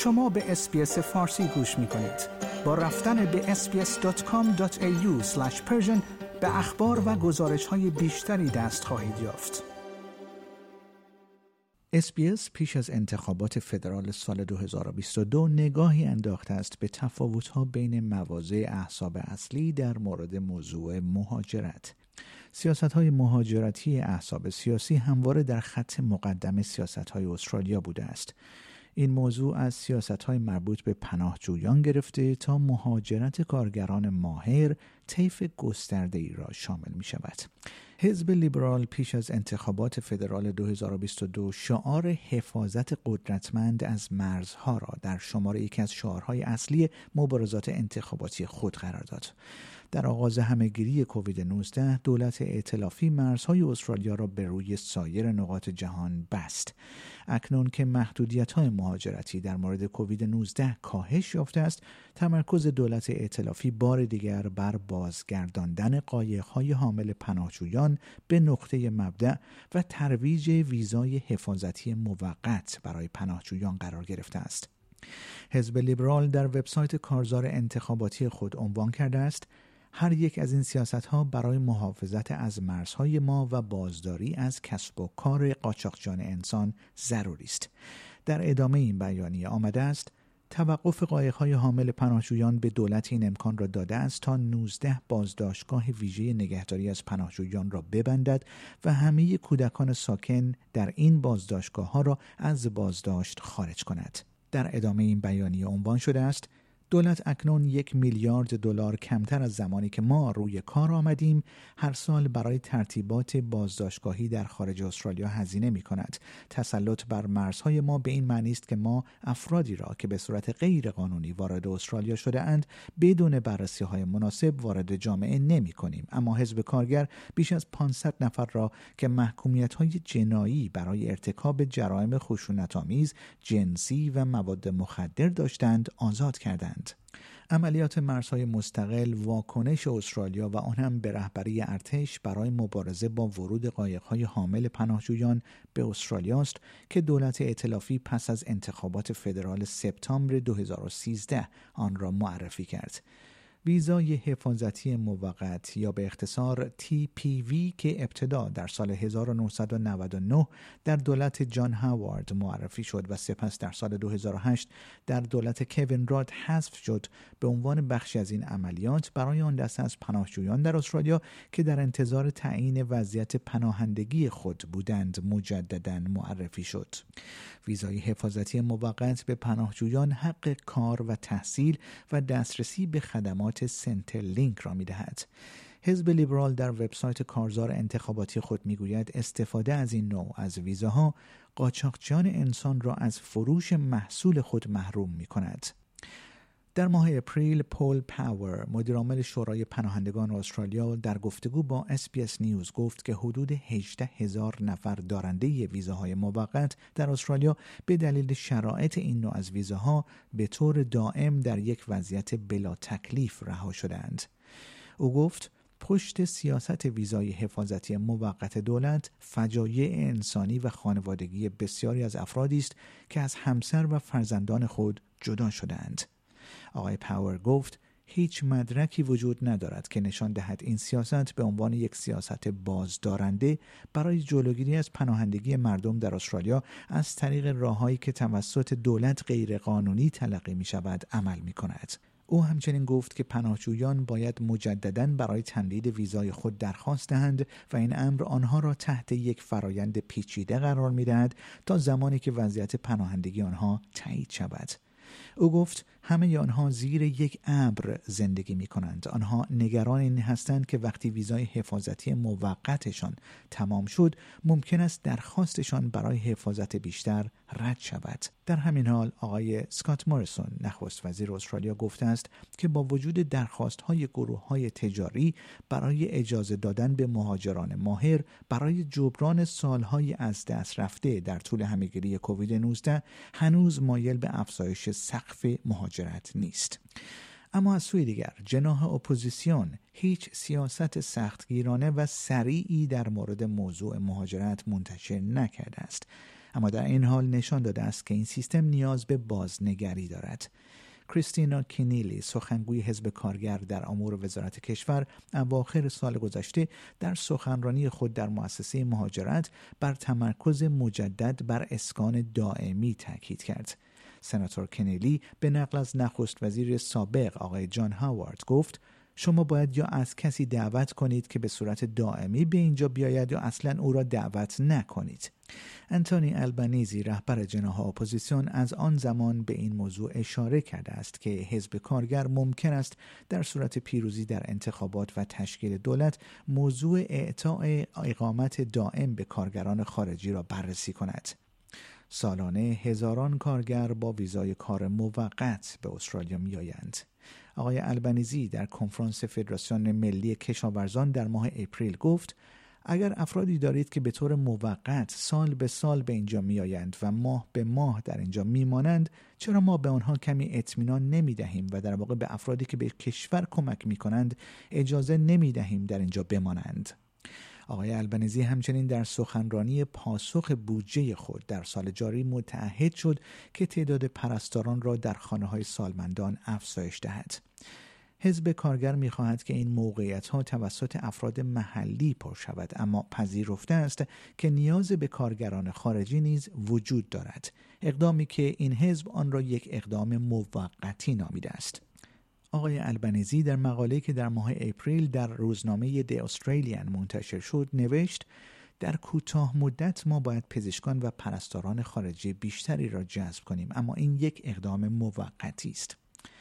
شما به اس‌بی‌اس فارسی گوش می‌کنید. با رفتن به sbs.com.au/persian به اخبار و گزارش‌های بیشتری دست خواهید یافت. اس‌بی‌اس پیش از انتخابات فدرال سال 2022 نگاهی انداخته است به تفاوت‌ها بین مواضع احزاب اصلی در مورد موضوع مهاجرت. سیاست‌های مهاجرتی احزاب سیاسی همواره در خط مقدم سیاست‌های استرالیا بوده است. این موضوع از سیاست‌های مربوط به پناهجویان گرفته تا مهاجرت کارگران ماهر طیف گسترده‌ای را شامل می‌شود. حزب لیبرال پیش از انتخابات فدرال 2022 شعار حفاظت قدرتمند از مرزها را در شماره یکی از شعارهای اصلی مبارزات انتخاباتی خود قرار داد. در آغاز همه‌گیری کووید 19 دولت ائتلافی مرزهای استرالیا را به روی سایر نقاط جهان بست. اکنون که محدودیت‌های مهاجرتی در مورد کووید 19 کاهش یافته است، تمرکز دولت ائتلافی بار دیگر بر بازگرداندن قایق‌های حامل پناهجویان به نقطه مبدأ و ترویج ویزای حفاظتی موقت برای پناهجویان قرار گرفته است. حزب لیبرال در وبسایت کارزار انتخاباتی خود عنوان کرده است: هر یک از این سیاست‌ها برای محافظت از مرزهای ما و بازداری از کسب و کار قاچاقچیان انسان ضروری است. در ادامه این بیانیه آمده است: توقف قایق‌های حامل پناهجویان به دولت این امکان را داده است تا 19 بازداشتگاه ویژه نگهداری از پناهجویان را ببندد و همه کودکان ساکن در این بازداشتگاه‌ها را از بازداشت خارج کند. در ادامه این بیانیه عنوان شده است: دولت اکنون $1 میلیارد کمتر از زمانی که ما روی کار آمدیم هر سال برای ترتیبات بازداشتگاهی در خارج استرالیا هزینه می کند. تسلط بر مرزهای ما به این معنی است که ما افرادی را که به صورت غیر قانونی وارد استرالیا شده اند بدون بررسی های مناسب وارد جامعه نمی کنیم. اما حزب کارگر بیش از 500 نفر را که محکومیت های جنایی برای ارتکاب جرایم خشونت‌آمیز، جنسی و مواد مخدر داشتند آزاد کردند. عملیات مرزهای مستقل واکنش استرالیا و آن هم به رهبری ارتش برای مبارزه با ورود قایق‌های حامل پناهجویان به استرالیا است که دولت ائتلافی پس از انتخابات فدرال سپتامبر 2013 آن را معرفی کرد. ویزای حفاظتی موقت یا به اختصار TPV که ابتدا در سال 1999 در دولت جان هاوارد معرفی شد و سپس در سال 2008 در دولت کوین راد حذف شد، به عنوان بخشی از این عملیات برای آن دسته از پناهجویان در استرالیا که در انتظار تعیین وضعیت پناهندگی خود بودند مجدداً معرفی شد. ویزای حفاظتی موقت به پناهجویان حق کار و تحصیل و دسترسی به خدمات سنترلینک را می‌دهد. حزب لیبرال در وبسایت کارزار انتخاباتی خود می‌گوید استفاده از این نوع از ویزاها قاچاقچیان انسان را از فروش محصول خود محروم می‌کند. در ماه اپریل پول پاور، مدیرعامل شورای پناهندگان استرالیا، در گفتگو با اس‌بی‌اس نیوز گفت که حدود 18,000 نفر دارنده ویزاهای موقت در استرالیا به دلیل شرایط این نوع از ویزاها به طور دائم در یک وضعیت بلا تکلیف رها شدند. او گفت پشت سیاست ویزای حفاظتی موقت دولت فجایع انسانی و خانوادگی بسیاری از افرادی است که از همسر و فرزندان خود جدا شدند. آقای پاور گفت هیچ مدرکی وجود ندارد که نشان دهد این سیاست به عنوان یک سیاست بازدارنده برای جلوگیری از پناهندگی مردم در استرالیا از طریق راههایی که توسط دولت غیرقانونی تلقی می شود عمل می کند. او همچنین گفت که پناهجویان باید مجدداً برای تمدید ویزای خود درخواست دهند و این امر آنها را تحت یک فرایند پیچیده قرار می دهد تا زمانی که وضعیت پناهندگی آنها تایید شود. او گفت همه آنها زیر یک ابر زندگی می کنند. آنها نگران این هستند که وقتی ویزای حفاظتی موقتشان تمام شد ممکن است درخواستشان برای حفاظت بیشتر رد شود. در همین حال آقای اسکات موریسون نخست وزیر استرالیا گفته است که با وجود درخواست‌های گروه‌های تجاری برای اجازه دادن به مهاجران ماهر برای جبران سالهای از دست رفته در طول همه‌گیری کووید 19 هنوز مایل به افزایش سقف مهاجرت نیست. اما از سوی دیگر جناح اپوزیسیون هیچ سیاست سختگیرانه و سریعی در مورد موضوع مهاجرت منتشر نکرده است. اما در این حال نشان داده است که این سیستم نیاز به بازنگری دارد. کریستینا کنیلی، سخنگوی حزب کارگر در امور وزارت کشور، اواخر سال گذشته در سخنرانی خود در مؤسسه مهاجرت بر تمرکز مجدد بر اسکان دائمی تاکید کرد. سناتور کنیلی به نقل از نخست وزیر سابق آقای جان هاوارد گفت: شما باید یا از کسی دعوت کنید که به صورت دائمی به اینجا بیاید یا اصلا او را دعوت نکنید. انتونی البنیزی، رهبر جناح اپوزیسیون، از آن زمان به این موضوع اشاره کرده است که حزب کارگر ممکن است در صورت پیروزی در انتخابات و تشکیل دولت موضوع اعطاء اقامت دائم به کارگران خارجی را بررسی کند. سالانه هزاران کارگر با ویزای کار موقت به استرالیا می‌آیند. آقای البنیزی در کنفرانس فدراسیون ملی کشاورزان در ماه اپریل گفت: اگر افرادی دارید که به طور موقت سال به سال به اینجا می‌آیند و ماه به ماه در اینجا می‌مانند، چرا ما به آنها کمی اطمینان نمی‌دهیم و در واقع به افرادی که به کشور کمک می‌کنند اجازه نمی‌دهیم در اینجا بمانند؟ آقای البنیزی همچنین در سخنرانی پاسخ بودجه خود در سال جاری متعهد شد که تعداد پرستاران را در خانه‌های سالمندان افزایش دهد. حزب کارگر می‌خواهد که این موقعیت‌ها توسط افراد محلی پر شود، اما پذیرفته است که نیاز به کارگران خارجی نیز وجود دارد، اقدامی که این حزب آن را یک اقدام موقتی نامیده است. آقای البنیزی در مقاله‌ای که در ماه اپریل در روزنامه دی استرالیان منتشر شد نوشت: در کوتاه مدت ما باید پزشکان و پرستاران خارجی بیشتری را جذب کنیم، اما این یک اقدام موقتی است.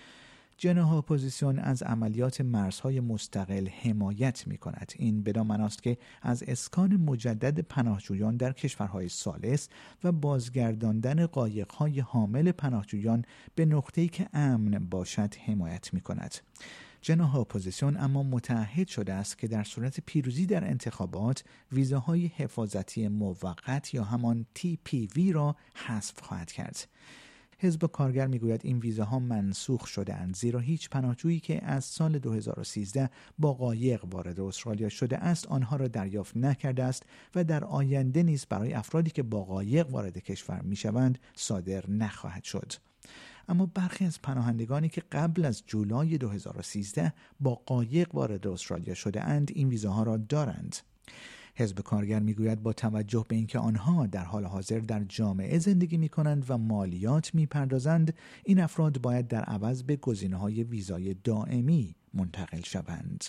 جناح اپوزیسیون از عملیات مرزهای مستقل حمایت می‌کند. این بدان معناست که از اسکان مجدد پناهجویان در کشورهای ثالث و بازگرداندن قایق‌های حامل پناهجویان به نقطه‌ای که امن باشد حمایت می‌کند. جناح اپوزیسیون اما متعهد شده است که در صورت پیروزی در انتخابات ویزاهای حفاظتی موقت یا همان TPV را حذف خواهد کرد. حزب کارگر میگوید این ویزاها منسوخ شده‌اند، زیرا هیچ پناهجویی که از سال 2013 با قایق وارد استرالیا شده است آنها را دریافت نکرده است و در آینده نیز برای افرادی که با قایق وارد کشور میشوند صادر نخواهد شد. اما برخی از پناهندگانی که قبل از جولای 2013 با قایق وارد استرالیا شده اند این ویزاها را دارند. حزب کارگر میگوید با توجه به اینکه آنها در حال حاضر در جامعه زندگی میکنند و مالیات میپردازند، این افراد باید در عوض به گزینه‌های ویزای دائمی منتقل شوند.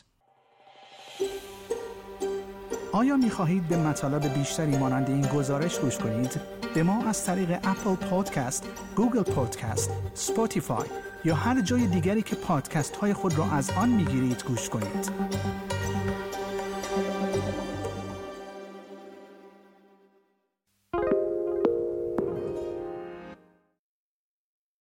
آیا می‌خواهید به مطالب بیشتری مانند این گزارش گوش کنید؟ به ما از طریق اپل پادکست، گوگل پادکست، اسپاتیفای یا هر جای دیگری که پادکست‌های خود را از آن می‌گیرید گوش کنید.